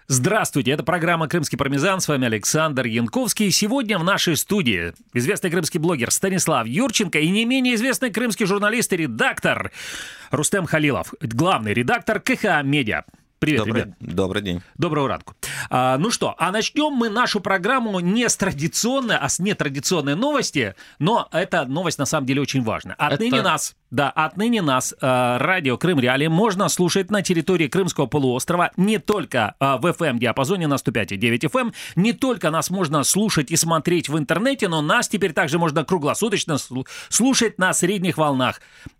Здравствуйте, это программа «Крымский пармезан», с вами Александр Янковский. Сегодня в нашей студии известный крымский блогер Станислав Юрченко и не менее известный крымский журналист и редактор Рустем Халилов, главный редактор КХА Медиа. Привет, ребят. Добрый день. Доброго ранку. Начнем мы нашу программу не с традиционной, а с нетрадиционной новости, но эта новость на самом деле очень важна. Отныне нас, радио Крым Реалии, можно слушать на территории Крымского полуострова не только в FM-диапазоне на 105,9 FM, не только нас можно слушать и смотреть в интернете, но нас теперь также можно круглосуточно слушать на средних волнах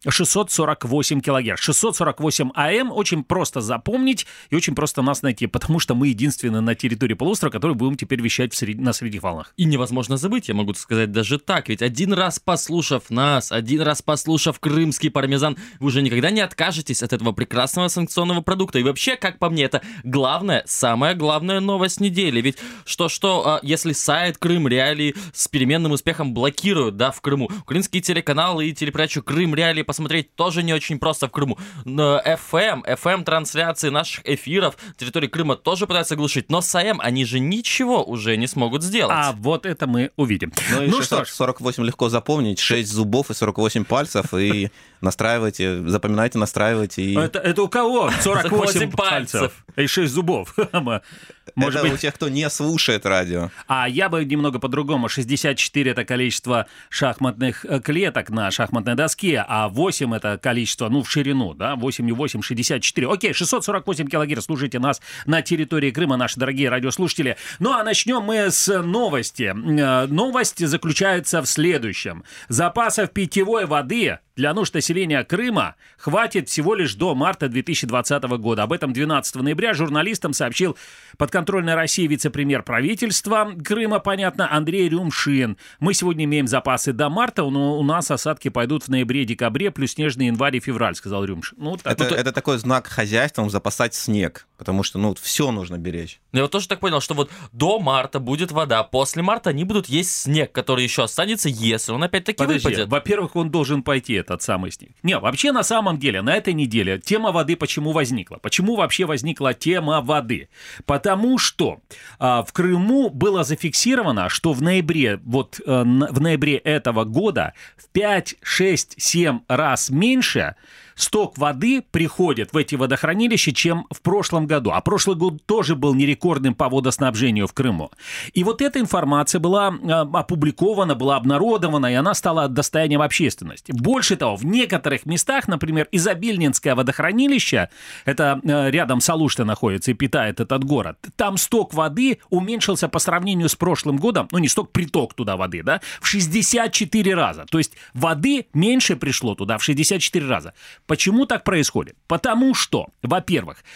648 кГц, 648 АМ, очень просто запомнить и очень просто нас найти, потому что мы единственные на территории полуострова, которые будем теперь вещать на средних волнах. И невозможно забыть, я могу сказать даже так, ведь один раз послушав нас, один раз послушав крымский пармезан, вы уже никогда не откажетесь от этого прекрасного санкционного продукта. И вообще, как по мне, это самая главная новость недели. Ведь если сайт Крым Реалии с переменным успехом блокируют, в Крыму, украинские телеканалы и телепередачу Крым Реалии посмотреть тоже не очень просто в Крыму. FM-трансляции наших эфиров территории Крыма тоже пытаются глушить, но с АМ они же ничего уже не смогут сделать. А вот это мы увидим. Ну что ж, 48 легко запомнить, 6 зубов и 48 пальцев, и запоминайте, настраивайте. Это у кого? 48 пальцев и 6 зубов. Может быть, у тех, кто не слушает радио. А я бы немного по-другому. 64 – это количество шахматных клеток на шахматной доске, а 8 – это количество, в ширину, 8 и 8 – 64. Окей, 648 килогерц. Слушайте нас на территории Крыма, наши дорогие радиослушатели. А начнем мы с новости. Новость заключается в следующем. Запасов питьевой воды для нужд населения Крыма хватит всего лишь до марта 2020 года. Об этом 12 ноября журналистам сообщил подконтрольной России вице-премьер правительства Крыма, Андрей Рюмшин. Мы сегодня имеем запасы до марта, но у нас осадки пойдут в ноябре-декабре, плюс снежный январь и февраль, сказал Рюмшин. Это такой знак хозяйствам запасать снег, потому что все нужно беречь. Я вот тоже так понял, что до марта будет вода, после марта они будут есть снег, который еще останется, если он опять-таки выпадет. Во-первых, он должен пойти, этот самый снег. Вообще на самом деле на этой неделе тема воды почему возникла? Почему вообще возникла тема воды? Потому что в Крыму было зафиксировано, что в ноябре этого года в 5, 6, 7 раз меньше сток воды приходит в эти водохранилища, чем в прошлом году. А прошлый год тоже был нерекордным по водоснабжению в Крыму. И вот эта информация была опубликована, была обнародована, и она стала достоянием общественности. Больше того, в некоторых местах, например, Изобильнинское водохранилище, это рядом с Алуштой находится и питает этот город, там сток воды уменьшился по сравнению с прошлым годом, не сток, приток туда воды, в 64 раза. То есть воды меньше пришло туда в 64 раза. Почему так происходит? Потому что, во-первых,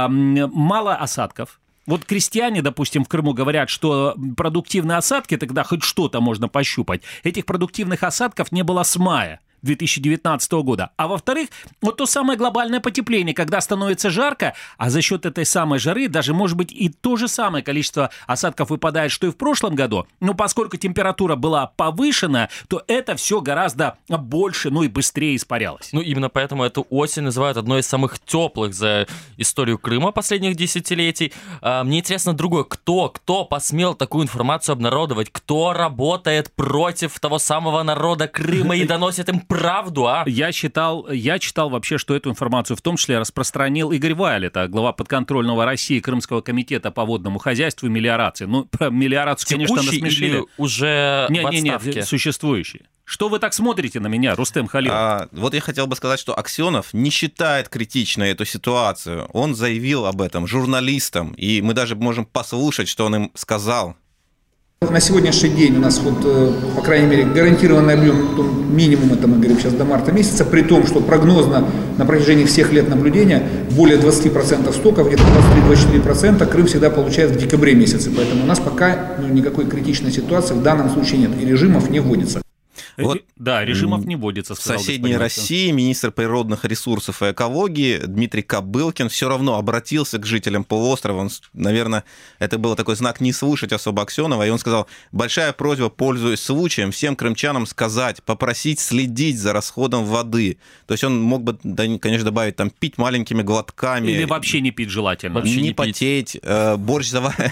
мало осадков. Вот крестьяне, допустим, в Крыму говорят, что продуктивные осадки, тогда хоть что-то можно пощупать. Этих продуктивных осадков не было с мая 2019 года. А во-вторых, то самое глобальное потепление, когда становится жарко, а за счет этой самой жары даже, может быть, и то же самое количество осадков выпадает, что и в прошлом году. Но поскольку температура была повышена, то это все гораздо больше, и быстрее испарялось. Именно поэтому эту осень называют одной из самых теплых за историю Крыма последних десятилетий. Мне интересно другое. Кто посмел такую информацию обнародовать? Кто работает против того самого народа Крыма и доносит им правду, Я читал вообще, что эту информацию в том числе распространил Игорь Вайль, это глава подконтрольного России Крымского комитета по водному хозяйству и мелиорации. Про мелиорацию, конечно, насмешили. Или уже в отставке? Нет, существующий. Что вы так смотрите на меня, Рустем Халилов? Вот я хотел бы сказать, что Аксенов не считает критичной эту ситуацию. Он заявил об этом журналистам, и мы даже можем послушать, что он им сказал. На сегодняшний день у нас, по крайней мере, гарантированный объем, минимум, это мы говорим сейчас до марта месяца, при том, что прогнозно на протяжении всех лет наблюдения более 20% стоков, где-то 23-24% Крым всегда получает в декабре месяце. Поэтому у нас пока никакой критичной ситуации в данном случае нет, и режимов не вводится. Вот, да, режимов не вводится, в сказал соседней господин России министр природных ресурсов и экологии Дмитрий Кобылкин все равно обратился к жителям полуострова. Он, наверное, это был такой знак не слушать особо Аксенова, и он сказал: большая просьба, пользуясь случаем, всем крымчанам сказать, попросить следить за расходом воды. То есть он мог бы, конечно, добавить, там, пить маленькими глотками. Или вообще не пить желательно. Вообще не не потеть, борщ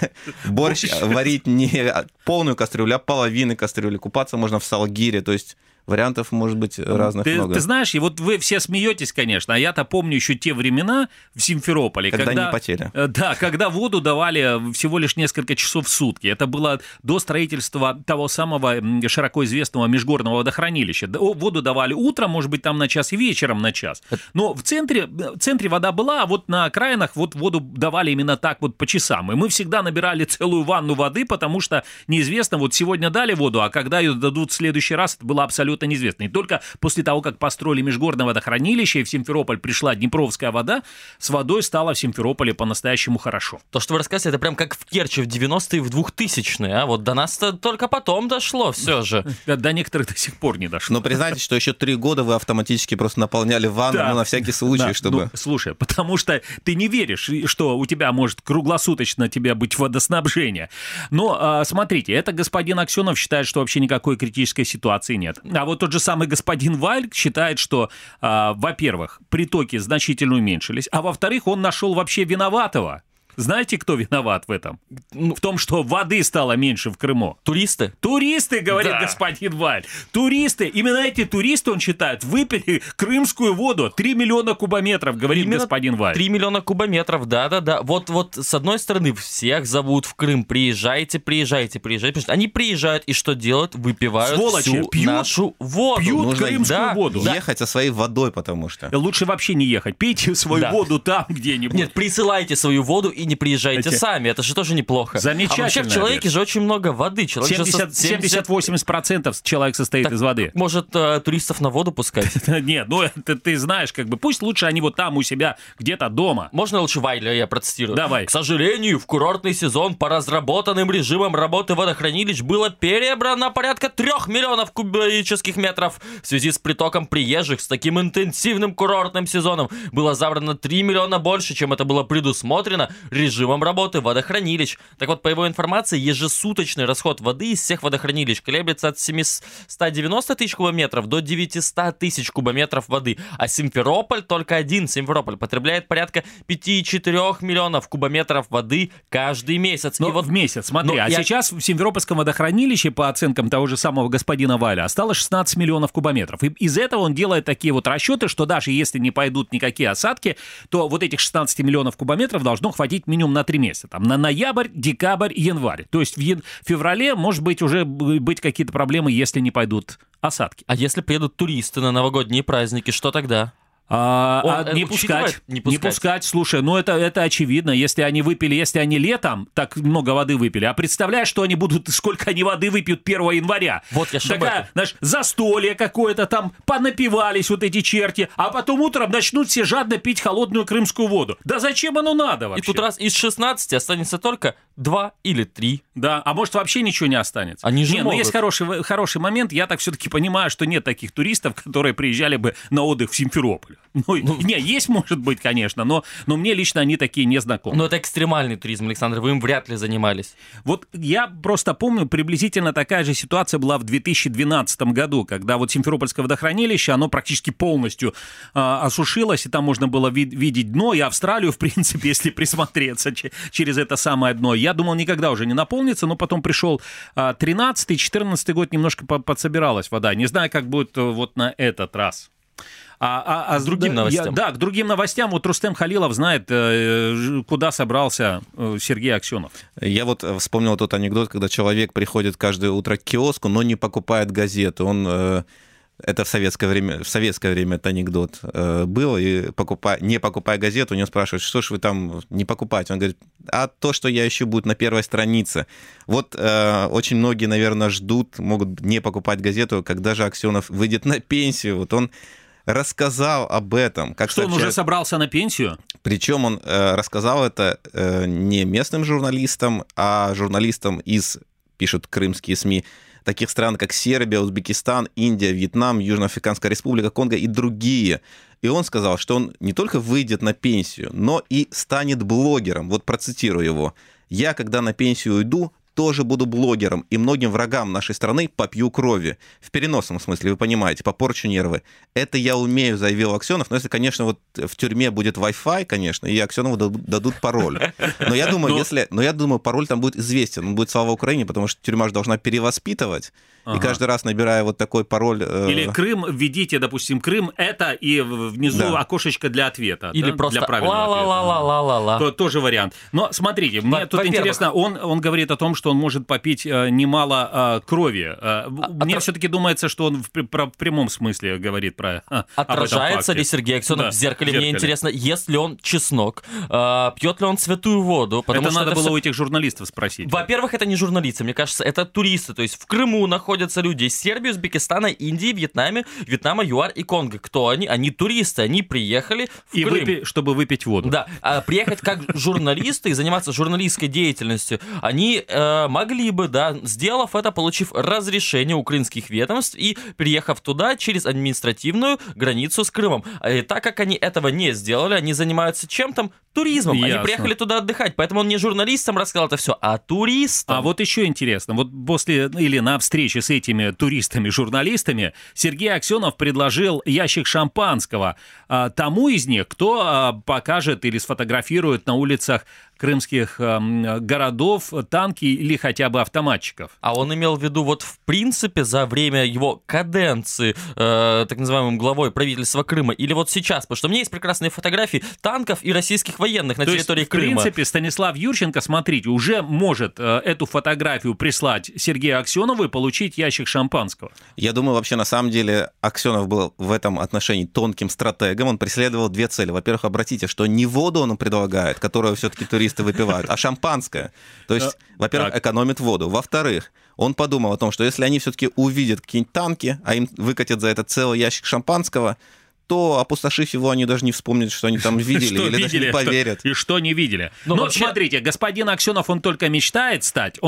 варить не полную кастрюлю, а половину кастрюли. Купаться можно в салгире, то есть вариантов может быть разных много. Ты знаешь, и вот вы все смеетесь, конечно, а я-то помню еще те времена в Симферополе, когда не потели. Да, когда воду давали всего лишь несколько часов в сутки. Это было до строительства того самого широко известного межгорного водохранилища. Воду давали утром, может быть, там на час, и вечером на час. Но в центре вода была, а вот на окраинах вот воду давали именно так вот по часам. И мы всегда набирали целую ванну воды, потому что неизвестно, вот сегодня дали воду, а когда ее дадут в следующий раз, это было абсолютно неизвестно. И только после того, как построили межгорное водохранилище, и в Симферополь пришла днепровская вода, с водой стало в Симферополе по-настоящему хорошо. То, что вы рассказываете, это прям как в Керчи в 90-е и в 2000-е, а вот до нас-то только потом дошло все же. До некоторых до сих пор не дошло. Но признайте, что еще 3 года вы автоматически просто наполняли ванну, Да. на всякий случай, Да, чтобы... ну, слушай, потому что ты не веришь, что у тебя может круглосуточно тебе быть водоснабжение. Но смотрите, это господин Аксенов считает, что вообще никакой критической ситуации нет. А вот тот же самый господин Валь считает, что, во-первых, притоки значительно уменьшились, а во-вторых, он нашел вообще виноватого. Знаете, кто виноват в этом? В том, что воды стало меньше в Крыму. Туристы? Туристы, говорит Да. господин Валь. Туристы, именно эти туристы, он считает, выпили крымскую воду. 3 миллиона кубометров, говорит Именно господин Валь. 3 миллиона кубометров, да-да-да. Вот с одной стороны, всех зовут в Крым, приезжайте. Потому что они приезжают, и что делают? Выпивают Сволочи, всю пьют- нашу воду. пьют Нужно крымскую да, воду. ехать со своей водой, потому что... Лучше вообще не ехать. Пейте свою Да. воду там где-нибудь. Нет, присылайте свою воду и не приезжайте Эти- сами. Это же тоже неплохо. Замечательно, А вообще в человеке же очень много воды. Человек же 70-80% человек состоит из воды. Может, туристов на воду пускать? Нет, ну это ты знаешь, как бы пусть лучше они вот там у себя где-то дома. Можно лучше Вайля я процитирую? Давай. К сожалению, в курортный сезон по разработанным режимам работы водохранилищ было перебрано порядка 3 миллионов кубических метров. В связи с притоком приезжих с таким интенсивным курортным сезоном было забрано 3 миллиона больше, чем это было предусмотрено режимом работы водохранилищ. Так вот, по его информации, ежесуточный расход воды из всех водохранилищ колеблется от 790 тысяч кубометров до 900 тысяч кубометров воды. А Симферополь, только один Симферополь, потребляет порядка 5,4 миллионов кубометров воды каждый месяц. Но И вот в месяц, смотри, но сейчас в Симферопольском водохранилище, по оценкам того же самого господина Валя, осталось 16 миллионов кубометров. И из этого он делает такие вот расчеты, что даже если не пойдут никакие осадки, то вот этих 16 миллионов кубометров должно хватить минимум на 3 месяца. Там, на ноябрь, декабрь, январь. То есть в феврале, может быть, уже быть какие-то проблемы, если не пойдут осадки. А если приедут туристы на новогодние праздники, что тогда? Не учитывает? пускать, Не не пускать, слушай, ну это очевидно, если они выпили, если они летом так много воды выпили, а представляешь, что они будут, сколько они воды выпьют 1 января. Вот я ж об Такая, этом. знаешь, застолье какое-то там, понапивались вот эти черти, а потом утром начнут все жадно пить холодную крымскую воду. Да зачем оно надо И вообще? тут раз из 16 останется только 2 или 3. Да, а может вообще ничего не останется. Они же Не, могут. но есть хороший момент, я так все-таки понимаю, что нет таких туристов, которые приезжали бы на отдых в Симферополь. Не, есть, может быть, конечно, но мне лично они такие не знакомы. Но это экстремальный туризм, Александр, вы им вряд ли занимались. Вот я просто помню, приблизительно такая же ситуация была в 2012 году, когда вот Симферопольское водохранилище, оно практически полностью осушилось, и там можно было видеть дно, и Австралию, в принципе, если присмотреться через это самое дно. Я думал, никогда уже не наполнится, но потом пришел 13-14 год, немножко подсобиралась вода. Не знаю, как будет вот на этот раз. К другим новостям. К другим новостям. Вот Рустем Халилов знает, куда собрался Сергей Аксенов. Я вот вспомнил тот анекдот, когда человек приходит каждое утро к киоску, но не покупает газету. Это в советское время этот анекдот был, и не покупая газету, у него спрашивают, что ж вы там не покупаете? Он говорит, а то, что я ищу, будет на первой странице. Вот очень многие, наверное, могут не покупать газету, когда же Аксенов выйдет на пенсию. Вот он рассказал об этом. Что он уже собрался на пенсию? Причем он рассказал это не местным журналистам, а журналистам пишут крымские СМИ, таких стран, как Сербия, Узбекистан, Индия, Вьетнам, Южноафриканская республика, Конго и другие. И он сказал, что он не только выйдет на пенсию, но и станет блогером. Вот процитирую его. «Я, когда на пенсию уйду, тоже буду блогером, и многим врагам нашей страны попью крови». В переносном смысле, вы понимаете, попорчу нервы. Это я умею, заявил Аксенов. Но если, конечно, вот в тюрьме будет Wi-Fi, конечно, и Аксенову дадут пароль. Но я думаю, пароль там будет известен. Он будет «Слава Украине», потому что тюрьма же должна перевоспитывать. И каждый раз, набирая вот такой пароль... Или Крым, введите, допустим, Крым, это, и внизу окошечко для ответа. Или да? просто для правильного ла-ла-ла-ла-ла-ла. Тоже вариант. Но смотрите, мне тут интересно, он говорит о том, что он может попить немало крови. Мне все-таки думается, что он в прямом смысле говорит про Отражается ли Сергей Аксенов в зеркале? Мне интересно, ест ли он чеснок, пьет ли он святую воду? Это надо было у этих журналистов спросить. Во-первых, это не журналисты, мне кажется, это туристы. То есть в Крыму находятся люди из Сербии, Узбекистана, Индии, Вьетнама, ЮАР и Конго. Кто они? Они туристы, они приехали в Крым. Чтобы выпить воду. Да, а приехать как журналисты и заниматься журналистской деятельностью, они могли бы, да, сделав это, получив разрешение украинских ведомств и приехав туда через административную границу с Крымом. И так как они этого не сделали, они занимаются чем там? Туризмом. Ясно. Они приехали туда отдыхать, поэтому он не журналистам рассказал это все, а туристам. А вот еще интересно, вот после или на встрече с этими туристами-журналистами Сергей Аксенов предложил ящик шампанского тому из них, кто покажет или сфотографирует на улицах крымских городов танки или хотя бы автоматчиков. А он имел в виду вот в принципе за время его каденции так называемым главой правительства Крыма или вот сейчас, потому что у меня есть прекрасные фотографии танков и российских военных на территории Крыма. В принципе, Станислав Юрченко, смотрите, уже может эту фотографию прислать Сергею Аксенову и получить ящик шампанского. Я думаю, вообще, на самом деле, Аксенов был в этом отношении тонким стратегом. Он преследовал две цели. Во-первых, обратите, что не воду он предлагает, которую все-таки туристы выпивают, а шампанское. То есть, во-первых, экономит воду. Во-вторых, он подумал о том, что если они все-таки увидят какие-нибудь танки, а им выкатят за это целый ящик шампанского, то, опустошив его, они даже не вспомнят, что они там видели, или даже не поверят. И что не видели. Но вообще... смотрите, господин Аксенов, он только мечтает стать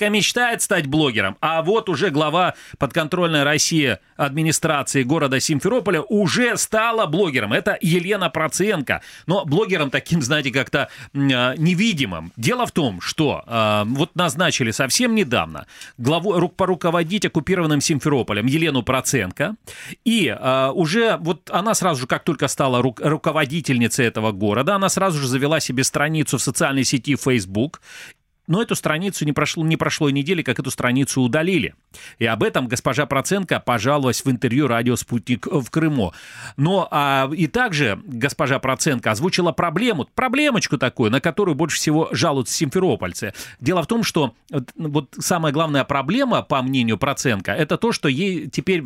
блогером, а вот уже глава подконтрольной России администрации города Симферополя уже стала блогером. Это Елена Проценко. Но блогером таким, знаете, как-то невидимым. Дело в том, что вот назначили совсем недавно главу поруководить оккупированным Симферополем Елену Проценко, и уже вот она сразу же, как только стала руководительницей этого города, она сразу же завела себе страницу в социальной сети Facebook. Но эту страницу не прошло и недели, как эту страницу удалили. И об этом госпожа Проценко пожаловалась в интервью «Радио Спутник» в Крыму. Но и также госпожа Проценко озвучила проблемочку такую, на которую больше всего жалуются симферопольцы. Дело в том, что вот самая главная проблема, по мнению Проценко, это то, что ей теперь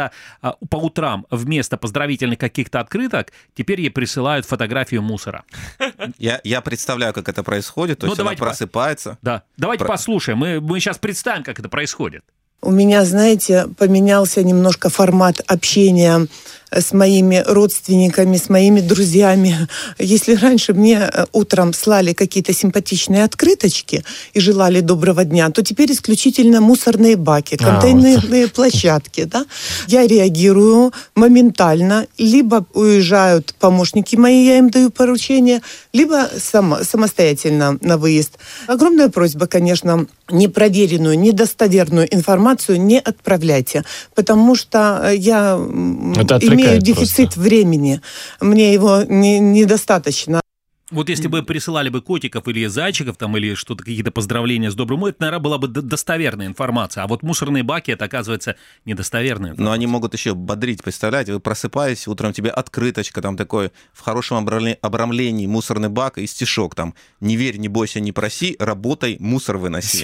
по утрам вместо поздравительных каких-то открыток, теперь ей присылают фотографию мусора. Я представляю, как это происходит. То есть она просыпается. Да, давайте послушаем. Мы сейчас представим, как это происходит. У меня, знаете, поменялся немножко формат общения с моими родственниками, с моими друзьями. Если раньше мне утром слали какие-то симпатичные открыточки и желали доброго дня, то теперь исключительно мусорные баки, контейнерные площадки. Да? Я реагирую моментально. Либо уезжают помощники мои, я им даю поручение, либо самостоятельно на выезд. Огромная просьба, конечно, непроверенную, недостоверную информацию не отправляйте, потому что я имею дефицит времени, мне его недостаточно. Вот если бы присылали бы котиков или зайчиков, там, или что-то, какие-то поздравления с Добрым Утром, это, наверное, была бы достоверная информация. А вот мусорные баки, это, оказывается, недостоверная информация. Но они могут еще бодрить, представляете? Вы просыпаетесь, утром тебе открыточка, там такой в хорошем обрамлении мусорный бак и стишок там: «Не верь, не бойся, не проси, работай, мусор выноси».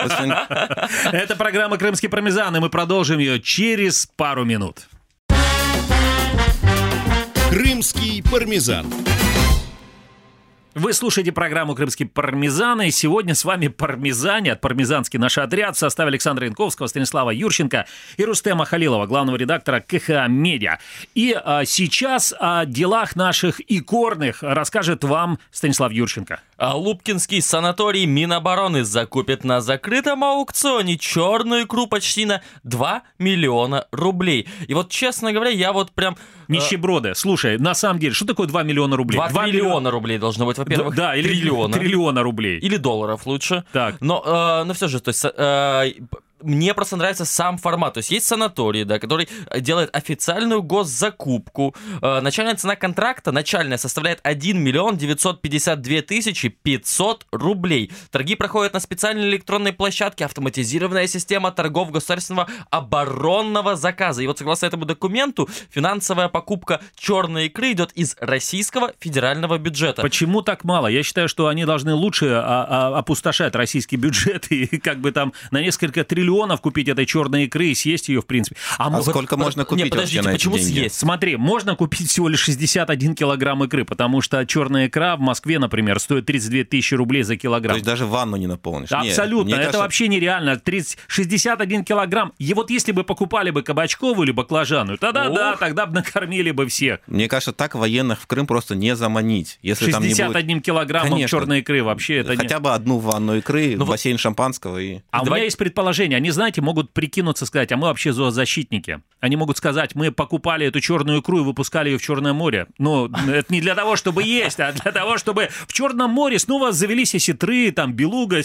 Это программа «Крымский пармезан», и мы продолжим ее через пару минут. Крымский пармезан. Вы слушаете программу «Крымский пармезан», и сегодня с вами пармезанят, пармезанский наш отряд в составе Александра Янковского, Станислава Юрченко и Рустема Халилова, главного редактора КХ «Медиа». И сейчас о делах наших икорных расскажет вам Станислав Юрченко. Лубкинский санаторий Минобороны закупит на закрытом аукционе черную икру почти на 2 миллиона рублей. И вот, честно говоря, я вот прям... Нищеброды. Слушай, на самом деле, что такое 2 миллиона рублей? 2 миллиона рублей должно быть, во-первых. Да, или триллиона рублей. Или долларов лучше. Так. Но все же, то есть... Мне просто нравится сам формат. То есть есть санаторий, да, который делает официальную госзакупку. Начальная цена контракта, составляет 1 миллион 952 тысячи 500 рублей. Торги проходят на специальной электронной площадке «Автоматизированная система торгов государственного оборонного заказа». И вот согласно этому документу, финансовая покупка черной икры идет из российского федерального бюджета. Почему так мало? Я считаю, что они должны лучше опустошать российский бюджет и как бы там на несколько триллионов купить этой черной икры и съесть ее, в принципе. Сколько можно купить? Нет, подождите, почему съесть? Смотри, можно купить всего лишь 61 килограмм икры, потому что черная икра в Москве, например, стоит 32 тысячи рублей за килограмм. То есть даже ванну не наполнишь? Абсолютно, Нет, это кажется... вообще нереально. 61 килограмм. И вот если бы покупали бы кабачковую или баклажанную, тогда да, тогда бы накормили бы всех. Мне кажется, так военных в Крым просто не заманить. Если 61 там не будет... килограммом черной икры вообще это хотя бы одну ванну икры, бассейн шампанского и... у меня есть предположение. Они, знаете, могут прикинуться, сказать, а мы вообще зоозащитники. Они могут сказать, мы покупали эту черную икру и выпускали ее в Черное море. Ну, это не для того, чтобы есть, а для того, чтобы в Черном море снова завелись осетры, там, белуга,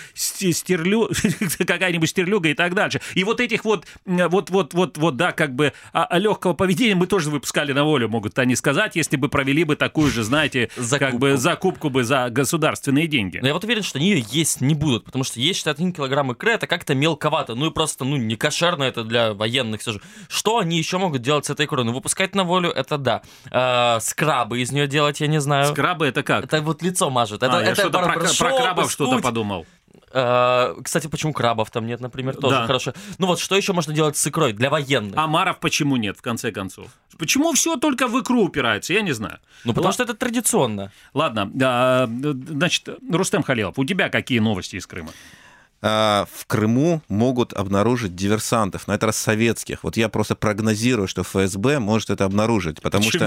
какая-нибудь стерлюга и так дальше. И вот этих да, как бы легкого поведения мы тоже выпускали на волю, могут они сказать, если бы провели бы такую же, знаете, как бы закупку бы за государственные деньги. Но я вот уверен, что они ее есть не будут, потому что есть 61 килограмм икры, это как-то мелковато, ну и просто, не кошерно это для военных все же. Что они еще могут делать с этой икрой? Ну, выпускать на волю, это да. Скрабы из нее делать, я не знаю. Скрабы это как? Это вот лицо мажет. Я что-то про крабов что-то подумал. Кстати, почему крабов там нет, например, тоже хорошо. Ну вот, что еще можно делать с икрой для военных? Омаров почему нет, в конце концов? Почему все только в икру упирается, я не знаю. Ну, потому что это традиционно. Ладно, значит, Рустем Халилов, у тебя какие новости из Крыма? В Крыму могут обнаружить диверсантов, на этот раз советских. Вот я просто прогнозирую, что ФСБ может это обнаружить, потому что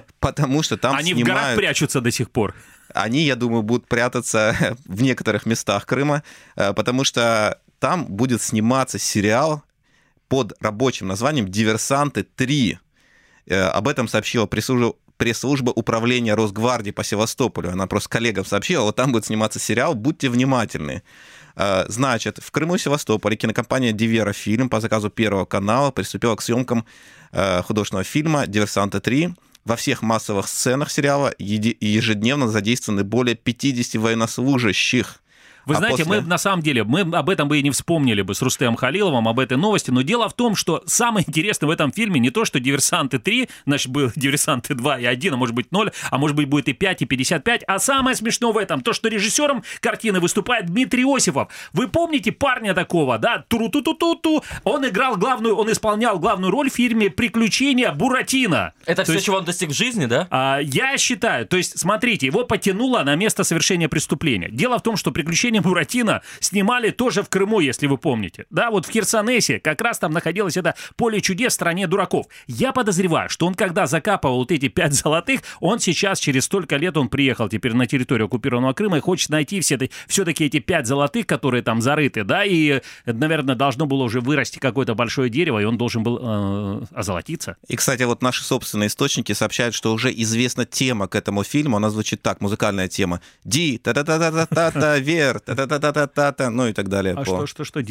там они снимают... в горах прячутся до сих пор. Они, я думаю, будут прятаться в некоторых местах Крыма, потому что там будет сниматься сериал под рабочим названием «Диверсанты 3». Об этом сообщила пресс-служба управления Росгвардии по Севастополю. Она просто коллегам сообщила, вот там будет сниматься сериал, будьте внимательны. Значит, в Крыму и Севастополе кинокомпания «Дивера Фильм» по заказу Первого канала приступила к съемкам художественного фильма «Диверсанты 3». Во всех массовых сценах сериала ежедневно задействованы более 50 военнослужащих. Вы знаете, мы на самом деле, мы об этом бы и не вспомнили бы с Рустемом Халиловым, об этой новости, но дело в том, что самое интересное в этом фильме не то, что «Диверсанты 3», значит, было «Диверсанты 2» и 1, а может быть 0, а может быть будет и 5, и 55, а самое смешное в этом, то, что режиссером картины выступает Дмитрий Осипов. Вы помните парня такого, да, туру-ту-ту-ту-ту, он исполнял главную роль в фильме «Приключения Буратино». Это все, чего он достиг в жизни, да? Я считаю, то есть, смотрите, его потянуло на место совершения преступления. Дело в том, что «Приключения Буратино» снимали тоже в Крыму, если вы помните. Да, вот в Херсонесе как раз там находилось это поле чудес в стране дураков. Я подозреваю, что он когда закапывал вот эти 5 золотых, он сейчас через столько лет он приехал теперь на территорию оккупированного Крыма и хочет найти все-таки эти 5 золотых, которые там зарыты, да, и, наверное, должно было уже вырасти какое-то большое дерево, и он должен был озолотиться. И, кстати, вот наши собственные источники сообщают, что уже известна тема к этому фильму, она звучит так, музыкальная тема. Ди, та-та-та-та-та-та, вер, та-та-та-та-та-та, ну и так далее. Что?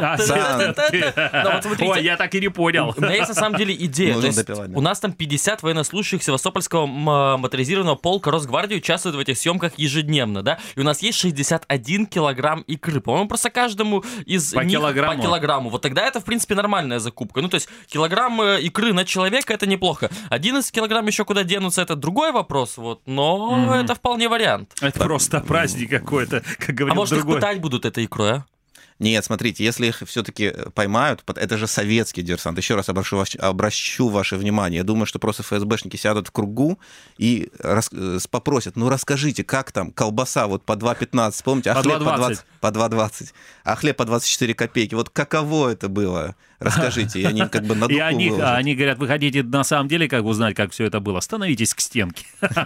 Ой, я так и не понял. У меня есть на самом деле идея. У нас там 50 военнослужащих Севастопольского моторизированного полка Росгвардии участвуют в этих съемках ежедневно, да? И у нас есть 61 килограмм икры. По-моему, просто каждому из них по килограмму. Вот тогда это, в принципе, нормальная закупка. Ну, то есть килограмм икры на человека — это неплохо. 11 килограмм еще куда денутся — это другой вопрос, вот. Но это вполне вариант. Это просто праздник какой-то, как говорил другой. А может, их пытать будут этой икрой, а? Нет, смотрите, если их все-таки поймают, это же советский диверсант. Еще раз обращу ваше внимание. Я думаю, что просто ФСБшники сядут в кругу и попросят, ну расскажите, как там колбаса вот по 2,15, помните? По 2,20. По 2,20. А хлеб по 24 копейки. Вот каково это было? Расскажите. И они как бы на духу они говорят, вы хотите на самом деле как узнать, как все это было? Становитесь к стенке.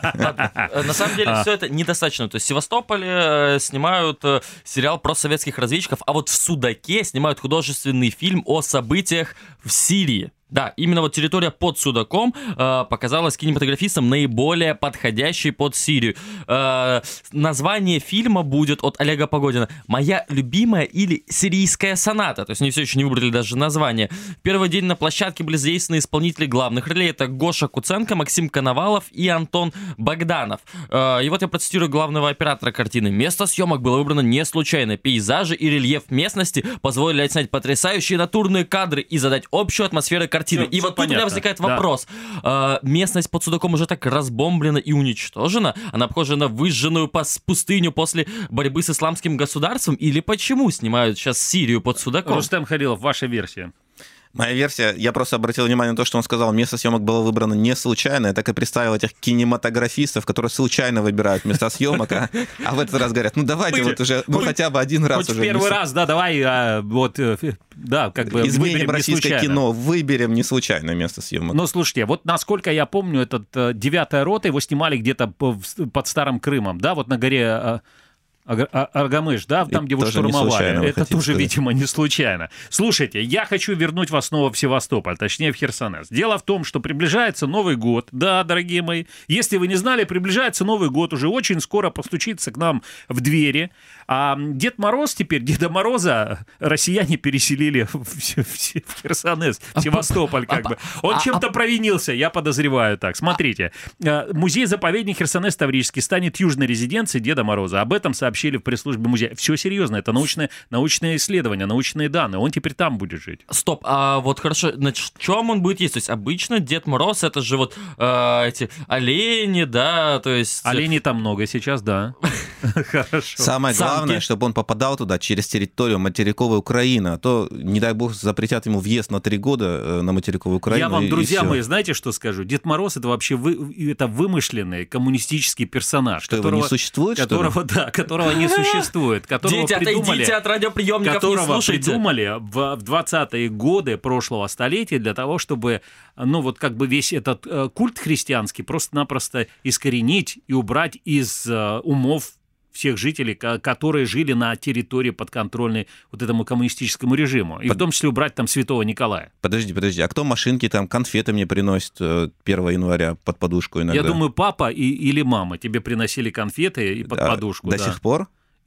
На самом деле все это недостаточно. То есть в Севастополе снимают сериал про советских разведчиков, а вот в Судаке снимают художественный фильм о событиях в Сирии. Да, именно вот территория под Судаком показалась кинематографистам наиболее подходящей под Сирию. Название фильма будет от Олега Погодина «Моя любимая» или «Сирийская соната». То есть они все еще не выбрали даже название. В первый день на площадке были задействованы исполнители главных ролей. Это Гоша Куценко, Максим Коновалов и Антон Богданов. И вот я процитирую главного оператора картины. «Место съемок было выбрано не случайно. Пейзажи и рельеф местности позволили отснять потрясающие натурные кадры и задать общую атмосферу картины». И вот тут у меня возникает вопрос. Местность под Судаком уже так разбомблена и уничтожена? Она похожа на выжженную пустыню после борьбы с исламским государством? Или почему снимают сейчас Сирию под Судаком? Рустем Халилов, ваша версия. Моя версия, я просто обратил внимание на то, что он сказал, место съемок было выбрано не случайно. Я так и представил этих кинематографистов, которые случайно выбирают места съемок, а в этот раз говорят, ну давайте вот уже, ну хотя бы один раз уже. Первый раз, да, давай, вот, да, как бы изменим российское кино, выберем не случайно место съемок. Но слушайте, вот насколько я помню, этот 9-я рота, его снимали где-то под Старым Крымом, да, вот на горе... Аргамыш, да, там, где вы штурмовали. Это тоже, видимо, не случайно. Слушайте, я хочу вернуть вас снова в Севастополь, точнее в Херсонес. Дело в том, что приближается Новый год. Да, дорогие мои, если вы не знали, приближается Новый год. Уже очень скоро постучится к нам в двери. А Дед Мороз теперь, Деда Мороза россияне переселили в Херсонес, в Севастополь как бы. Он чем-то провинился, я подозреваю так. Смотрите, музей-заповедник Херсонес Таврический станет южной резиденцией Деда Мороза. Об этом сообщили в пресс-службе музея. Все серьезно, это научное исследование, научные данные. Он теперь там будет жить. Стоп, а вот хорошо, на чем он будет есть? То есть обычно Дед Мороз, это же вот эти олени, да, то есть... Оленей там много сейчас, да. Хорошо. Самое главное, чтобы он попадал туда через территорию материковой Украины, а то, не дай бог, запретят ему въезд на 3 года на материковую Украину. Я вам, друзья мои, знаете, что скажу? Дед Мороз — это вообще это вымышленный коммунистический персонаж. Что, его не существует, которого не существует. Дети, отойдите от радиоприемников, не слушайте. Которого придумали в 20-е годы прошлого столетия для того, чтобы, ну, вот как бы весь этот культ христианский просто-напросто искоренить и убрать из умов всех жителей, которые жили на территории подконтрольной вот этому коммунистическому режиму. И в том числе убрать там святого Николая. Подожди, а кто машинки, там, конфеты мне приносит 1 января под подушку иногда? Я думаю, папа или мама тебе приносили конфеты и под подушку. До сих пор?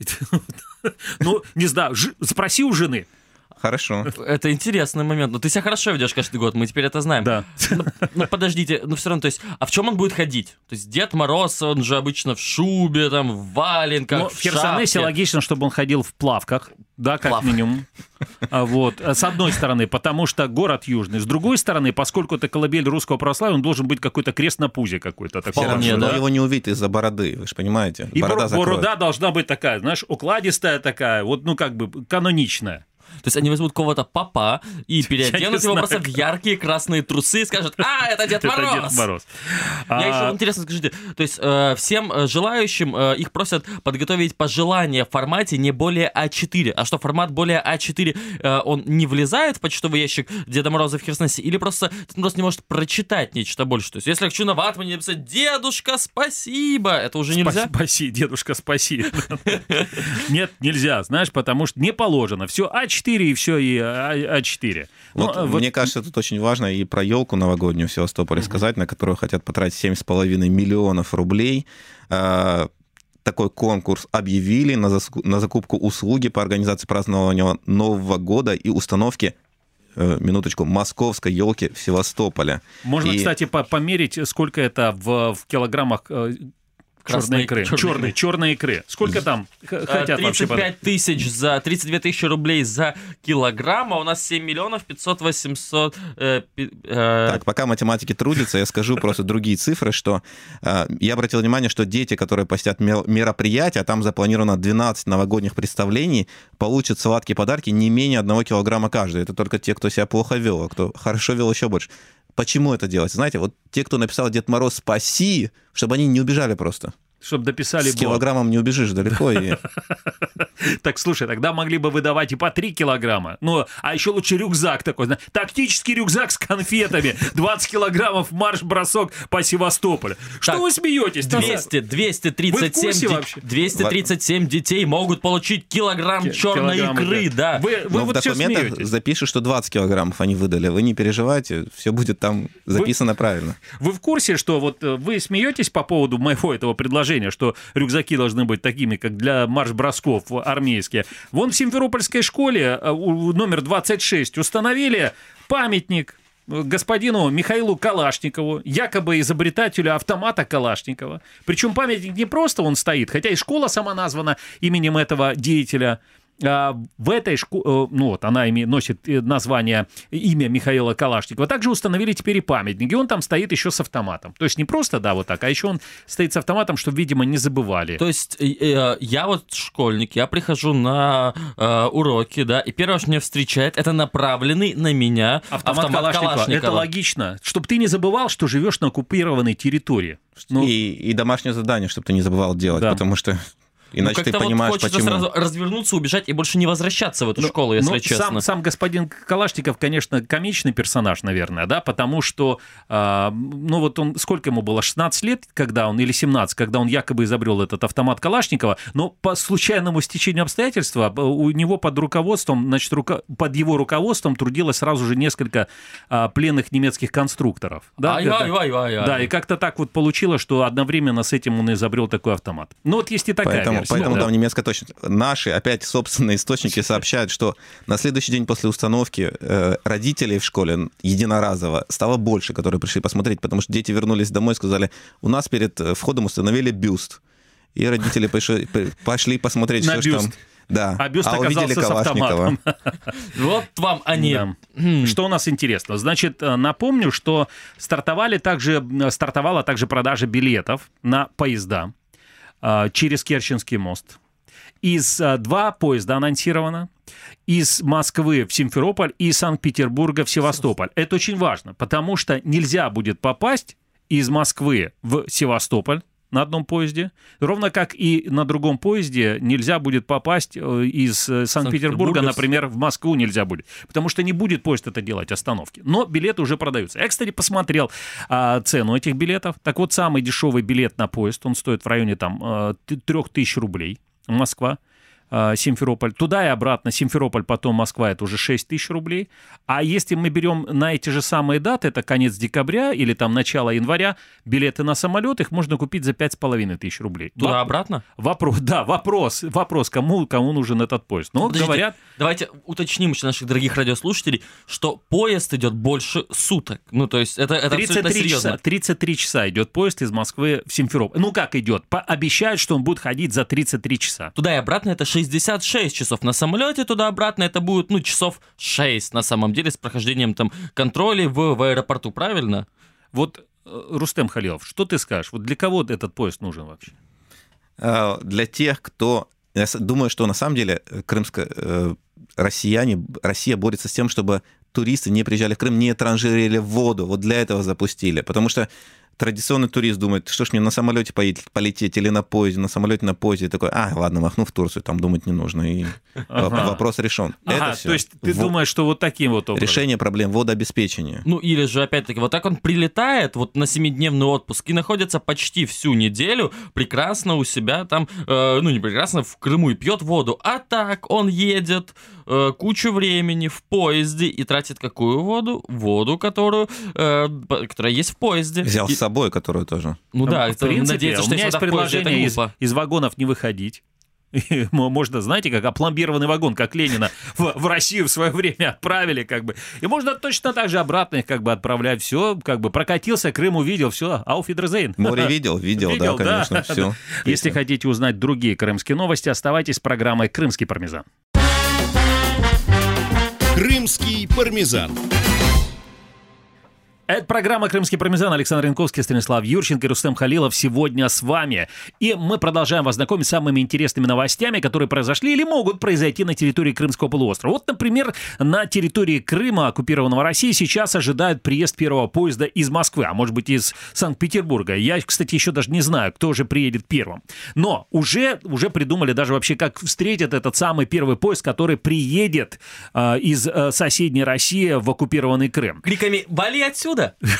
Ну, не знаю, спроси у жены. Хорошо. Это интересный момент. Но ты себя хорошо ведешь каждый год, мы теперь это знаем. Да. Но подождите, все равно, то есть, а в чем он будет ходить? То есть Дед Мороз, он же обычно в шубе, там, в валенках, но в Херсонесе шапке. Логично, чтобы он ходил в плавках, да, как минимум. Вот, с одной стороны, потому что город южный. С другой стороны, поскольку это колыбель русского православия, он должен быть какой-то крест на пузе какой-то. Вполне, но его не увидеть из-за бороды, вы же понимаете. И борода должна быть такая, знаешь, укладистая такая, вот, ну, как бы каноничная. То есть они возьмут кого-то папа и переоденут его просто в яркие красные трусы и скажут: «А, это Дед Мороз!» Это Дед Мороз. Я еще интересно, скажите, то есть всем желающим их просят подготовить пожелания в формате не более А4. А что, формат более А4, он не влезает в почтовый ящик Деда Мороза в Херсонесе? Или просто Дед Мороз не может прочитать нечто больше? То есть если я хочу на ватмане написать «Дедушка, спасибо», это уже нельзя? Спаси, дедушка, спаси. Нет, нельзя, знаешь, потому что не положено. Все А4 и все, и А4. Мне кажется, тут очень важно и про елку новогоднюю в Севастополе сказать, на которую хотят потратить 7,5 миллионов рублей. Такой конкурс объявили на закупку услуги по организации празднования Нового года и установки, минуточку, московской елки в Севастополе. Можно, кстати, померить, сколько это в килограммах Черной икры. Черной икры. Сколько там хотят вообще? 32 тысячи рублей за килограмм, а у нас 7 миллионов 500-800... Так, пока математики трудятся, я скажу просто другие цифры, что я обратил внимание, что дети, которые посетят мероприятия, а там запланировано 12 новогодних представлений, получат сладкие подарки не менее 1 килограмма каждый. Это только те, кто себя плохо вел, а кто хорошо вел, еще больше. Почему это делать? Знаете, вот те, кто написал «Дед Мороз, спаси», чтобы они не убежали просто. Чтобы дописали... С килограммом не убежишь далеко. Так, слушай, тогда могли бы выдавать и по 3 килограмма. Ну, а еще лучше рюкзак такой. Тактический рюкзак с конфетами. 20 килограммов марш-бросок по Севастополю. Что вы смеетесь? 237 детей могут получить килограмм черной икры, да. Но в документах запишут, что 20 килограммов они выдали. Вы не переживайте, все будет там записано правильно. Вы в курсе, что вот вы смеетесь по поводу моего этого предложения, что рюкзаки должны быть такими, как для марш-бросков армейские. Вон в Симферопольской школе номер 26 установили памятник господину Михаилу Калашникову, якобы изобретателю автомата Калашникова. Причем памятник не просто он стоит, хотя и школа сама названа именем этого деятеля. В этой школе, ну вот, она носит название, имя Михаила Калашникова. Также установили теперь и памятник, и он там стоит еще с автоматом. То есть не просто, да, вот так, а еще он стоит с автоматом, чтобы, видимо, не забывали. То есть я вот школьник, я прихожу на уроки, да, и первое, что меня встречает, это направленный на меня автомат Калашникова. Это логично, чтобы ты не забывал, что живешь на оккупированной территории. Ну, и домашнее задание, чтобы ты не забывал делать, да. Потому что... Иначе ты понимаешь, вот хочется почему. Сразу развернуться, убежать и больше не возвращаться в эту школу, если честно. Сам господин Калашников, конечно, комичный персонаж, наверное, да, потому что, ну вот он, сколько ему было, 16 лет, когда он, или 17, когда он якобы изобрел этот автомат Калашникова, но по случайному стечению обстоятельств у него под руководством, значит, под его руководством трудилось сразу же несколько пленных немецких конструкторов. Да, да, и как-то так вот получилось, что одновременно с этим он изобрел такой автомат. Ну вот есть и такая версия. Поэтому там немецкая точность. Наши, опять, собственные источники сообщают, что на следующий день после установки родителей в школе единоразово стало больше, которые пришли посмотреть, потому что дети вернулись домой и сказали, у нас перед входом установили бюст. И родители пошли посмотреть, что же там. Да. А бюст оказался с автоматом. Вот вам они. Что у нас интересно? Значит, напомню, что стартовала также продажа билетов на поезда через Керченский мост. Из 2 поезда анонсировано. Из Москвы в Симферополь и из Санкт-Петербурга в Севастополь. Это очень важно, потому что нельзя будет попасть из Москвы в Севастополь на одном поезде, ровно как и на другом поезде нельзя будет попасть из Санкт-Петербурга, например, в Москву нельзя будет, потому что не будет поезд это делать, остановки. Но билеты уже продаются. Я, кстати, посмотрел цену этих билетов. Так вот, самый дешевый билет на поезд, он стоит в районе там 3000 рублей. Москва, Симферополь. Туда и обратно. Симферополь, потом Москва, это уже 6 тысяч рублей. А если мы берем на эти же самые даты, это конец декабря или там начало января, билеты на самолет, их можно купить за 5500 рублей. Туда-обратно? Вопрос, кому нужен этот поезд. Но говорят... Давайте уточним еще наших дорогих радиослушателей, что поезд идет больше суток. Ну, то есть это абсолютно серьезно. 33 часа идет поезд из Москвы в Симферополь. Ну, как идет? Обещают, что он будет ходить за 33 часа. Туда и обратно это 66 часов. На самолете туда-обратно это будет, часов 6 на самом деле с прохождением там контроля в аэропорту, правильно? Вот, Рустем Халилов, что ты скажешь? Вот для кого этот поезд нужен вообще? Для тех, кто... Я думаю, что на самом деле Россия борется с тем, чтобы туристы не приезжали в Крым, не транжирили воду. Вот для этого запустили. Потому что традиционный турист думает, что ж мне на самолете полететь или на поезде, на поезде, такой, ладно, махну в Турцию, там думать не нужно, и вопрос решен. То есть ты думаешь, что вот таким вот образом? Решение проблем водообеспечения. Ну, или же, опять-таки, вот так он прилетает вот на 7-дневный отпуск и находится почти всю неделю прекрасно у себя там, не прекрасно, в Крыму и пьет воду. А так он едет кучу времени в поезде и тратит какую воду? Воду, которая есть в поезде. Взял с собой, которую тоже. Ну да, в принципе, надеяться, у что меня есть предложение из вагонов не выходить. И можно, знаете, как опломбированный вагон, как Ленина в Россию в свое время отправили, как бы. И можно точно так же обратно их как бы отправлять. Все, как бы прокатился, Крым увидел, все, auf Wiedersehen. Море видел, да, конечно, все. Если хотите узнать другие крымские новости, оставайтесь с программой «Крымский пармезан». Крымский пармезан. Это программа «Крымский пармезан». Александр Янковский, Станислав Юрченко и Рустем Халилов сегодня с вами. И мы продолжаем вас знакомить с самыми интересными новостями, которые произошли или могут произойти на территории Крымского полуострова. Вот, например, на территории Крыма, оккупированного Россией, сейчас ожидают приезд первого поезда из Москвы, а может быть из Санкт-Петербурга. Я, кстати, еще даже не знаю, кто же приедет первым. Но уже придумали даже вообще, как встретят этот самый первый поезд, который приедет из соседней России в оккупированный Крым. Криками «Вали отсюда!»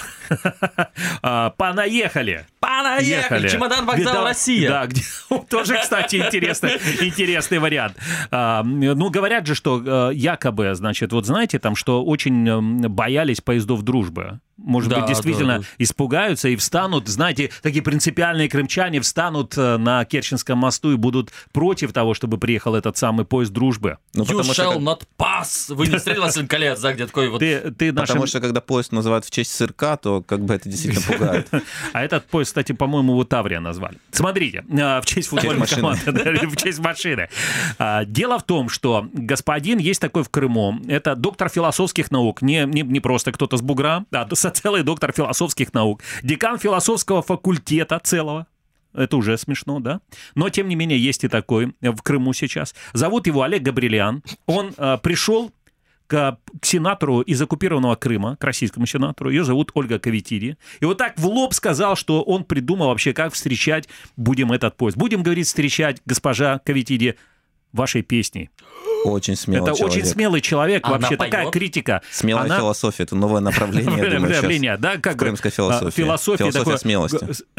Понаехали! Понаехали! Чемодан, вокзал, Россия! Да, тоже, кстати, интересный вариант. Ну, говорят же, что якобы, значит, вот знаете, там, что очень боялись поездов дружбы. Может быть, действительно испугаются и встанут, знаете, такие принципиальные крымчане встанут на Керченском мосту и будут против того, чтобы приехал этот самый поезд дружбы. You shall not pass! Вы не встретили Василий Колец, да, где такой вот... Потому что, когда поезд называют в честь сырка, то как бы это действительно пугает. А этот поезд, кстати, по-моему, его Таврия назвали. Смотрите, в честь футбольной команды, в честь машины. Дело в том, что господин есть такой в Крыму, это доктор философских наук, не просто кто-то с бугра, а целый доктор философских наук, декан философского факультета целого. Это уже смешно, да? Но, тем не менее, есть и такой в Крыму сейчас. Зовут его Олег Габрилиан. Он пришел к сенатору из оккупированного Крыма, к российскому сенатору. Ее зовут Ольга Кавитиди. И вот так в лоб сказал, что он придумал вообще, как встречать будем этот поезд. Будем, говорит, встречать, госпожа Кавитиди, вашей песней. Очень смелый человек. Это очень смелый человек, Она вообще поет? такая критика. Смелая философия, это новое направление, я думаю, сейчас да, как в крымской философии. Философия смелости.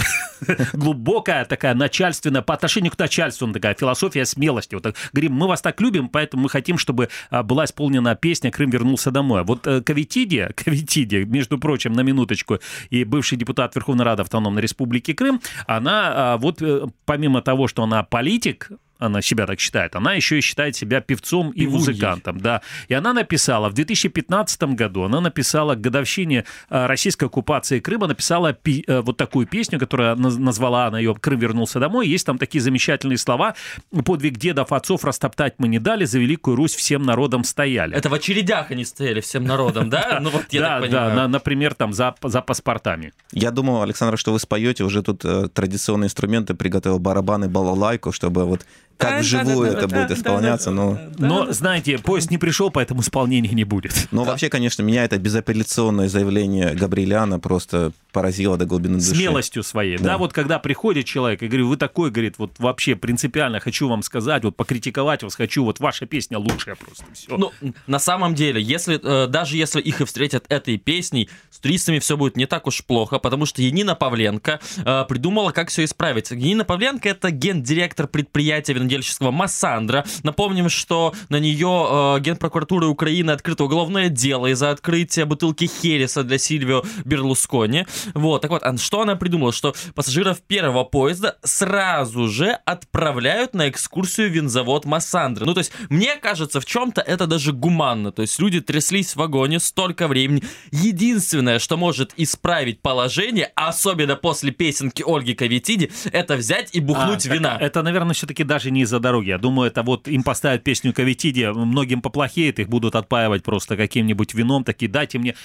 Глубокая такая, начальственная, по отношению к начальству такая философия смелости. Вот так, говорим, мы вас так любим, поэтому мы хотим, чтобы была исполнена песня «Крым вернулся домой». Вот Кавитиди, между прочим, на минуточку, и бывший депутат Верховной Рады Автономной Республики Крым, она вот помимо того, что она политик, она себя так считает, она еще и считает себя певцом и музыкантом, да. И она написала в 2015 году, она написала к годовщине российской оккупации Крыма, написала вот такую песню, которая назвала она ее «Крым вернулся домой». Есть там такие замечательные слова: «Подвиг дедов, отцов растоптать мы не дали, за Великую Русь всем народом стояли». Это в очередях они стояли всем народом, да? Ну вот я так понимаю. Да, например, там за паспортами. Я думал, Александр, что вы споете, уже тут традиционные инструменты, приготовил барабаны, балалайку, чтобы вот как вживую это будет исполняться, Но, знаете, поезд не пришел, поэтому исполнения не будет. Ну, вообще, конечно, меня это безапелляционное заявление Габрилиана просто поразило до глубины души. Смелостью своей. Да, вот когда приходит человек и говорит, вы такой, говорит, вот вообще принципиально хочу вам сказать, вот покритиковать вас хочу, вот ваша песня лучшая просто. Все. Ну, на самом деле, даже если их и встретят этой песней, с туристами все будет не так уж плохо, потому что Янина Павленко придумала, как все исправить. Янина Павленко — это гендиректор предприятия винодельческого Массандра. Напомним, что на нее Генпрокуратура Украины открыто уголовное дело из-за открытия бутылки Хереса для Сильвио Берлускони. Вот, так вот, что она придумала? Что пассажиров первого поезда сразу же отправляют на экскурсию в винзавод Массандра. Ну, то есть, мне кажется, в чем-то это даже гуманно. То есть, люди тряслись в вагоне столько времени. Единственное, что может исправить положение, особенно после песенки Ольги Кавитиди, это взять и бухнуть вина. Это, наверное, все-таки даже не из-за дороги. Я думаю, это вот им поставят песню Кавитиди, многим поплохеет, их будут отпаивать просто каким-нибудь вином, такие, дайте мне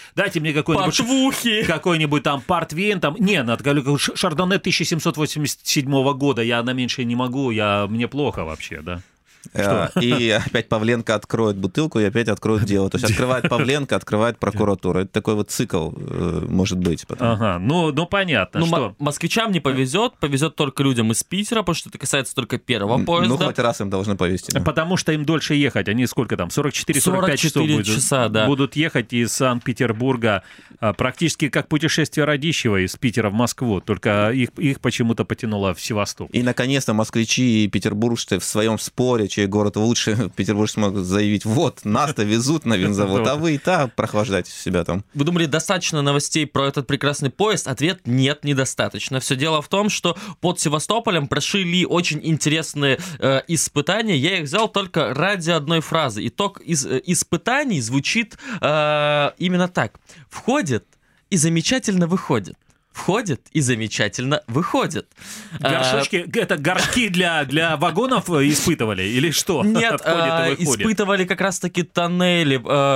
какой-нибудь там портвейн, там, Шардоне 1787 года, я на меньшее не могу, мне плохо вообще, да. И опять Павленко откроет бутылку, и опять откроют дело. То есть открывает Павленко, открывает прокуратура. Это такой вот цикл может быть. Ага, ну понятно. Что? Москвичам не повезет только людям из Питера, потому что это касается только первого поезда. Ну, хоть раз им должно повезти. Да. Потому что им дольше ехать. Они сколько там, 44-45 часов будут ехать из Санкт-Петербурга практически как путешествие Радищева из Питера в Москву, только их почему-то потянуло в Севастополь. И, наконец-то, москвичи и петербуржцы в своем споре чей город лучше, петербуржцы могут заявить, вот, нас-то везут на винзавод, а вы и так прохлаждаете себя там. Вы думали, достаточно новостей про этот прекрасный поезд? Ответ – нет, недостаточно. Все дело в том, что под Севастополем прошли очень интересные испытания. Я их взял только ради одной фразы. Итог испытаний звучит именно так. Входит и замечательно выходит. Входит и замечательно выходит. Горшочки, это горшки для вагонов испытывали или что? Нет, испытывали как раз-таки тоннели,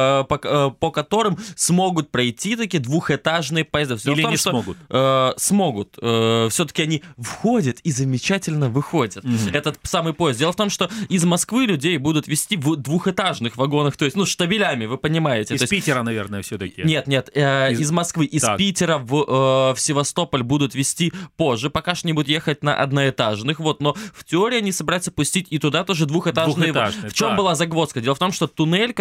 по которым смогут пройти такие двухэтажные поезда. Или не смогут? Смогут. Все-таки они входят и замечательно выходят. Этот самый поезд. Дело в том, что из Москвы людей будут везти в двухэтажных вагонах, то есть, штабелями, вы понимаете. Из Питера, наверное, все-таки. Нет, из Москвы. Из Питера в Севастополь будут везти позже, пока что не будут ехать на одноэтажных, но в теории они собираются пустить и туда тоже двухэтажные. В чем была загвоздка? Дело в том, что туннель,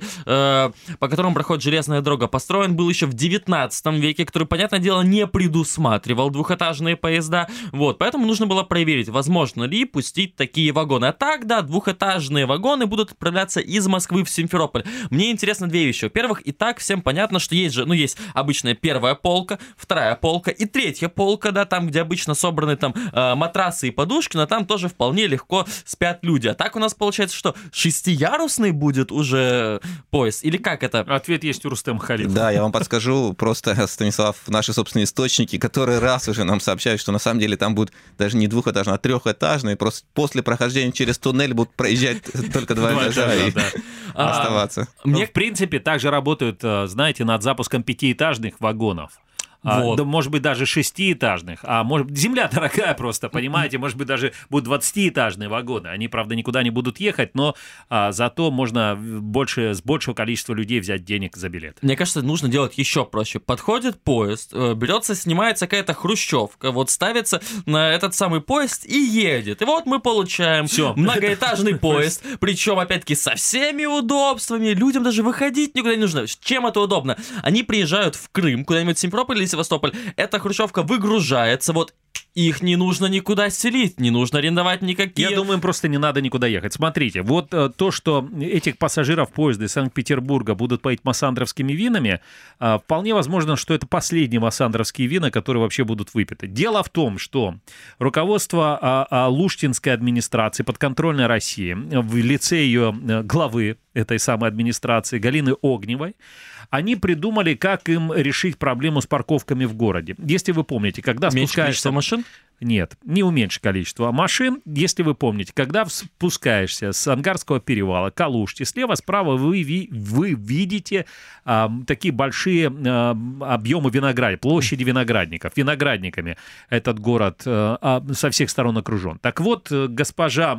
по которому проходит железная дорога, построен был еще в 19 веке, который, понятное дело, не предусматривал двухэтажные поезда, поэтому нужно было проверить, возможно ли пустить такие вагоны. А так, да, двухэтажные вагоны будут отправляться из Москвы в Симферополь. Мне интересно две вещи. Во-первых, и так всем понятно, что есть обычная первая полка, вторая полка и третья полка, да, там, где обычно собраны матрасы и подушки, но там тоже вполне легко спят люди. А так у нас получается, что 6-ярусный будет уже поезд? Или как это? Ответ есть у Рустема Халилова. Да, я вам подскажу, просто, Станислав, наши собственные источники, который раз уже нам сообщают, что на самом деле там будет даже не двухэтажный, а трехэтажный, просто после прохождения через туннель будут проезжать только 2 этажа и оставаться. В принципе, также работают, знаете, над запуском 5-этажных вагонов. Да, может быть, даже 6-этажных, а может быть, земля дорогая просто, понимаете, может быть, даже будут 20-этажные вагоны. Они, правда, никуда не будут ехать, но зато можно с большего количества людей взять денег за билет. Мне кажется, нужно делать еще проще. Подходит поезд, снимается какая-то хрущевка, ставится на этот самый поезд и едет. И мы получаем многоэтажный поезд, причем, опять-таки, со всеми удобствами. Людям даже выходить никуда не нужно. Чем это удобно? Они приезжают в Крым, куда-нибудь в Симферополь или Севастополь, эта хрущевка выгружается, их не нужно никуда селить, не нужно арендовать никакие... Я думаю, им просто не надо никуда ехать. Смотрите, то, что этих пассажиров поезда из Санкт-Петербурга будут поить массандровскими винами, вполне возможно, что это последние массандровские вина, которые вообще будут выпиты. Дело в том, что руководство Алуштинской администрации подконтрольной России в лице ее главы этой самой администрации Галины Огневой, они придумали, как им решить проблему с парковками в городе. Если вы помните, когда спускаешься... машин? Нет, не уменьшить количество машин. Если вы помните, когда спускаешься с Ангарского перевала к Алуште, слева-справа вы видите такие большие объемы виноградников, площади виноградников. Виноградниками этот город со всех сторон окружен. Так вот, госпожа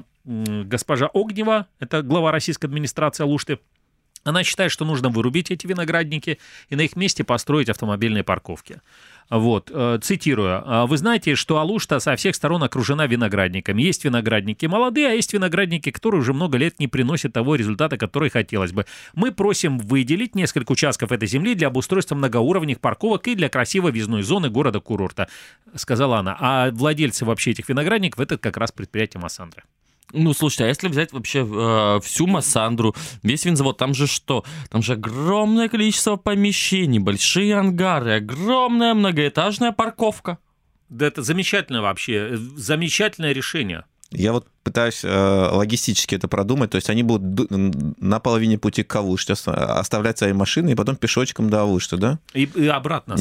Огнева, это глава российской администрации Алушты, она считает, что нужно вырубить эти виноградники и на их месте построить автомобильные парковки. Цитирую. «Вы знаете, что Алушта со всех сторон окружена виноградниками. Есть виноградники молодые, а есть виноградники, которые уже много лет не приносят того результата, который хотелось бы. Мы просим выделить несколько участков этой земли для обустройства многоуровневых парковок и для красивой въездной зоны города-курорта», сказала она. А владельцы вообще этих виноградников — это как раз предприятие Массандра. Слушайте, а если взять вообще всю Массандру, весь винзавод, там же что? Там же огромное количество помещений, большие ангары, огромная многоэтажная парковка. Да это замечательно вообще, замечательное решение. Я пытаюсь логистически это продумать, то есть они будут на половине пути к Алуште оставлять свои машины и потом пешочком до Алушты, да? И обратно.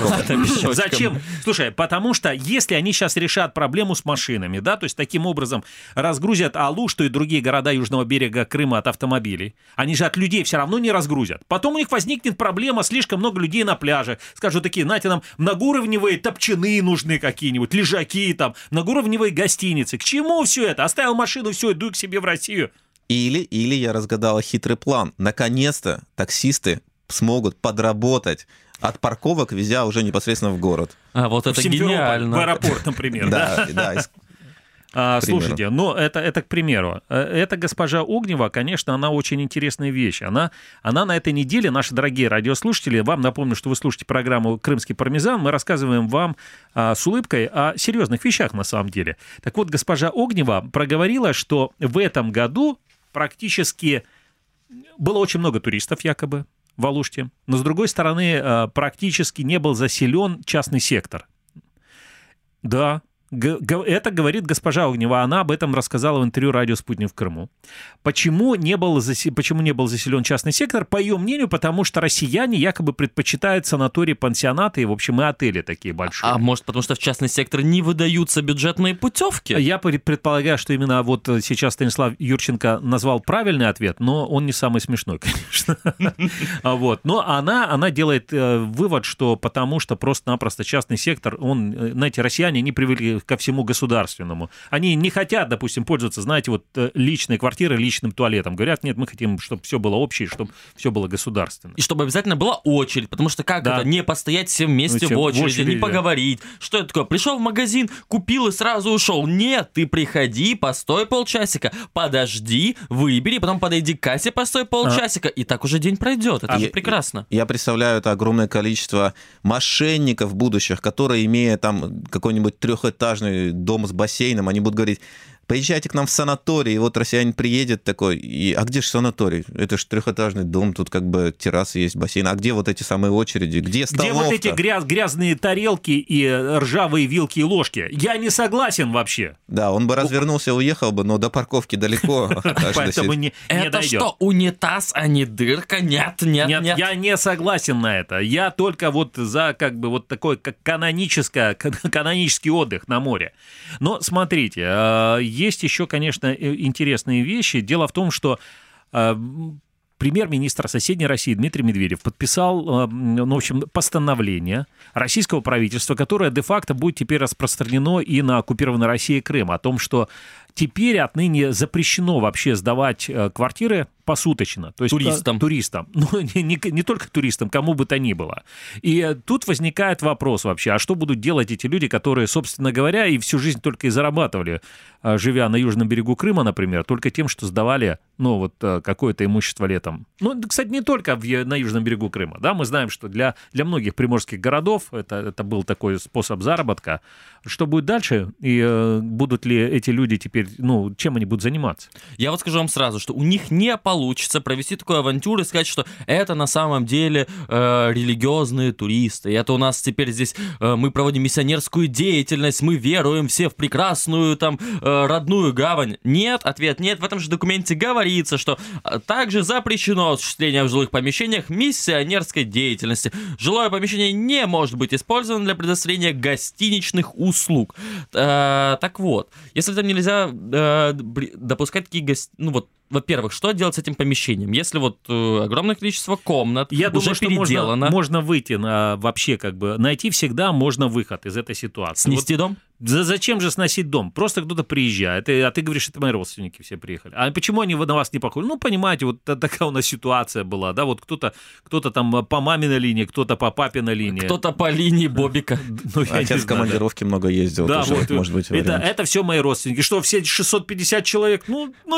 Зачем? Слушай, потому что если они сейчас решат проблему с машинами, да, то есть таким образом разгрузят Алушту и другие города южного берега Крыма от автомобилей, они же от людей все равно не разгрузят. Потом у них возникнет проблема, слишком много людей на пляже. Скажут такие, знаете, нам многоуровневые топчаны нужны какие-нибудь, лежаки там, многоуровневые гостиницы. К чему все это? Оставил машину, все, иду к себе в Россию. Или я разгадала хитрый план. Наконец-то таксисты смогут подработать от парковок, везя уже непосредственно в город. Это гениально. В аэропорт, например. Да. Слушайте, ну это к примеру. Эта госпожа Огнева, конечно, она очень интересная вещь. Она на этой неделе, наши дорогие радиослушатели, вам напомню, что вы слушаете программу «Крымский пармезан», мы рассказываем вам с улыбкой о серьезных вещах на самом деле. Так вот, госпожа Огнева проговорила, что в этом году практически было очень много туристов якобы в Алуште, но с другой стороны практически не был заселен частный сектор. Да. Это говорит госпожа Огнева, она об этом рассказала в интервью радио «Спутник» в Крыму. Почему не был заселен частный сектор? По ее мнению, потому что россияне якобы предпочитают санатории, пансионаты и, в общем, и отели такие большие. А может, потому что в частный сектор не выдаются бюджетные путевки? Я предполагаю, что именно вот сейчас Станислав Юрченко назвал правильный ответ, но он не самый смешной, конечно. Но она делает вывод, что потому что просто-напросто частный сектор, знаете, россияне не привыкли ко всему государственному. Они не хотят, допустим, пользоваться, знаете, вот личной квартирой, личным туалетом. Говорят, нет, мы хотим, чтобы все было общее, чтобы все было государственно. И чтобы обязательно была очередь, потому что как это, не постоять все вместе в очереди, не поговорить. Что это такое? Пришел в магазин, купил и сразу ушел. Нет, ты приходи, постой полчасика, подожди, выбери, потом подойди к кассе, постой полчасика, и так уже день пройдет. Это же прекрасно. Я представляю это огромное количество мошенников будущих, которые, имея там какой-нибудь трехэтажный дом с бассейном, они будут говорить: поезжайте к нам в санаторий, и вот россиянин приедет такой, а где же санаторий? Это же трехэтажный дом, тут как бы терраса есть, бассейн. А где вот эти самые очереди? Где столовка? Где вот эти грязные тарелки и ржавые вилки и ложки? Я не согласен вообще. Да, он бы развернулся и уехал бы, но до парковки далеко. Поэтому не дойдет. Это что, унитаз, а не дырка? Нет. Я не согласен на это. Я только вот за как бы вот такой как канонический отдых на море. Но смотрите, есть еще, конечно, интересные вещи. Дело в том, что премьер-министр соседней России Дмитрий Медведев подписал, в общем, постановление российского правительства, которое де-факто будет теперь распространено и на оккупированной Россией Крым, о том, что теперь отныне запрещено вообще сдавать квартиры посуточно. То есть туристам. Ну, не только туристам, кому бы то ни было. И тут возникает вопрос вообще, а что будут делать эти люди, которые, собственно говоря, и всю жизнь только и зарабатывали, живя на южном берегу Крыма, например, только тем, что сдавали, какое-то имущество летом. Ну, кстати, не только на южном берегу Крыма. Да, мы знаем, что для многих приморских городов это был такой способ заработка. Что будет дальше? И будут ли эти люди теперь, чем они будут заниматься? Я вот скажу вам сразу, что у них не получится провести такую авантюру и сказать, что это на самом деле религиозные туристы. И это у нас теперь здесь мы проводим миссионерскую деятельность, мы веруем все в прекрасную там родную гавань. Нет, ответ нет. В этом же документе говорится, что также запрещено осуществление в жилых помещениях миссионерской деятельности. Жилое помещение не может быть использовано для предоставления гостиничных услуг. Так вот, если там нельзя допускать такие во-первых, что делать с этим помещением? Если огромное количество комнат Я уже думаю, переделано... что можно выйти вообще найти всегда можно выход из этой ситуации. Снести дом? Зачем же сносить дом? Просто кто-то приезжает, а ты говоришь, это мои родственники все приехали. А почему они на вас не похожи? Понимаете, вот такая у нас ситуация была, да, вот кто-то там по маминой линии, кто-то по папиной линии. Кто-то по линии Бобика. Отец в командировке много ездил, да, тоже, может быть, вариант. Это все мои родственники. Что, все 650 человек?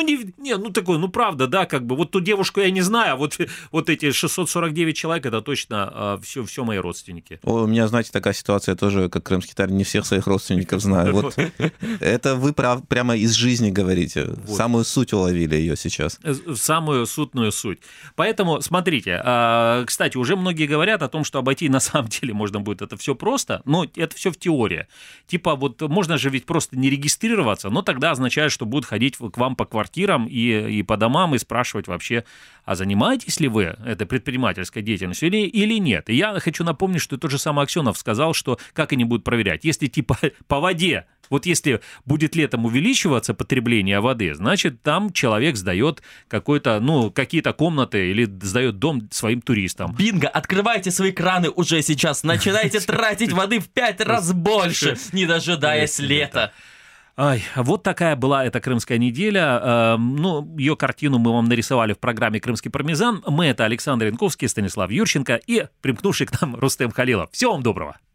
Правда, да, вот ту девушку я не знаю, а вот эти 649 человек, это точно все мои родственники. У меня, знаете, такая ситуация тоже, как крымский татарин, не всех своих родственников знаю. Вот это вы прямо из жизни говорите. Самую суть уловили ее сейчас. Самую сутную суть. Поэтому, смотрите, кстати, уже многие говорят о том, что обойти на самом деле можно будет это все просто, но это все в теории. Типа можно же ведь просто не регистрироваться, но тогда означает, что будут ходить к вам по квартирам и по домам и спрашивать вообще, а занимаетесь ли вы этой предпринимательской деятельностью или нет. И я хочу напомнить, что тот же самый Аксенов сказал, что как они будут проверять. Если по воде, если будет летом увеличиваться потребление воды, значит, там человек сдает какие-то комнаты или сдает дом своим туристам. Бинго, открывайте свои краны уже сейчас, начинайте тратить воды в 5 раз больше, не дожидаясь лета. Вот такая была эта крымская неделя. Ее картину мы вам нарисовали в программе «Крымский пармезан». Мы — это Александр Янковский, Станислав Юрченко и примкнувший к нам Рустем Халилов. Всего вам доброго.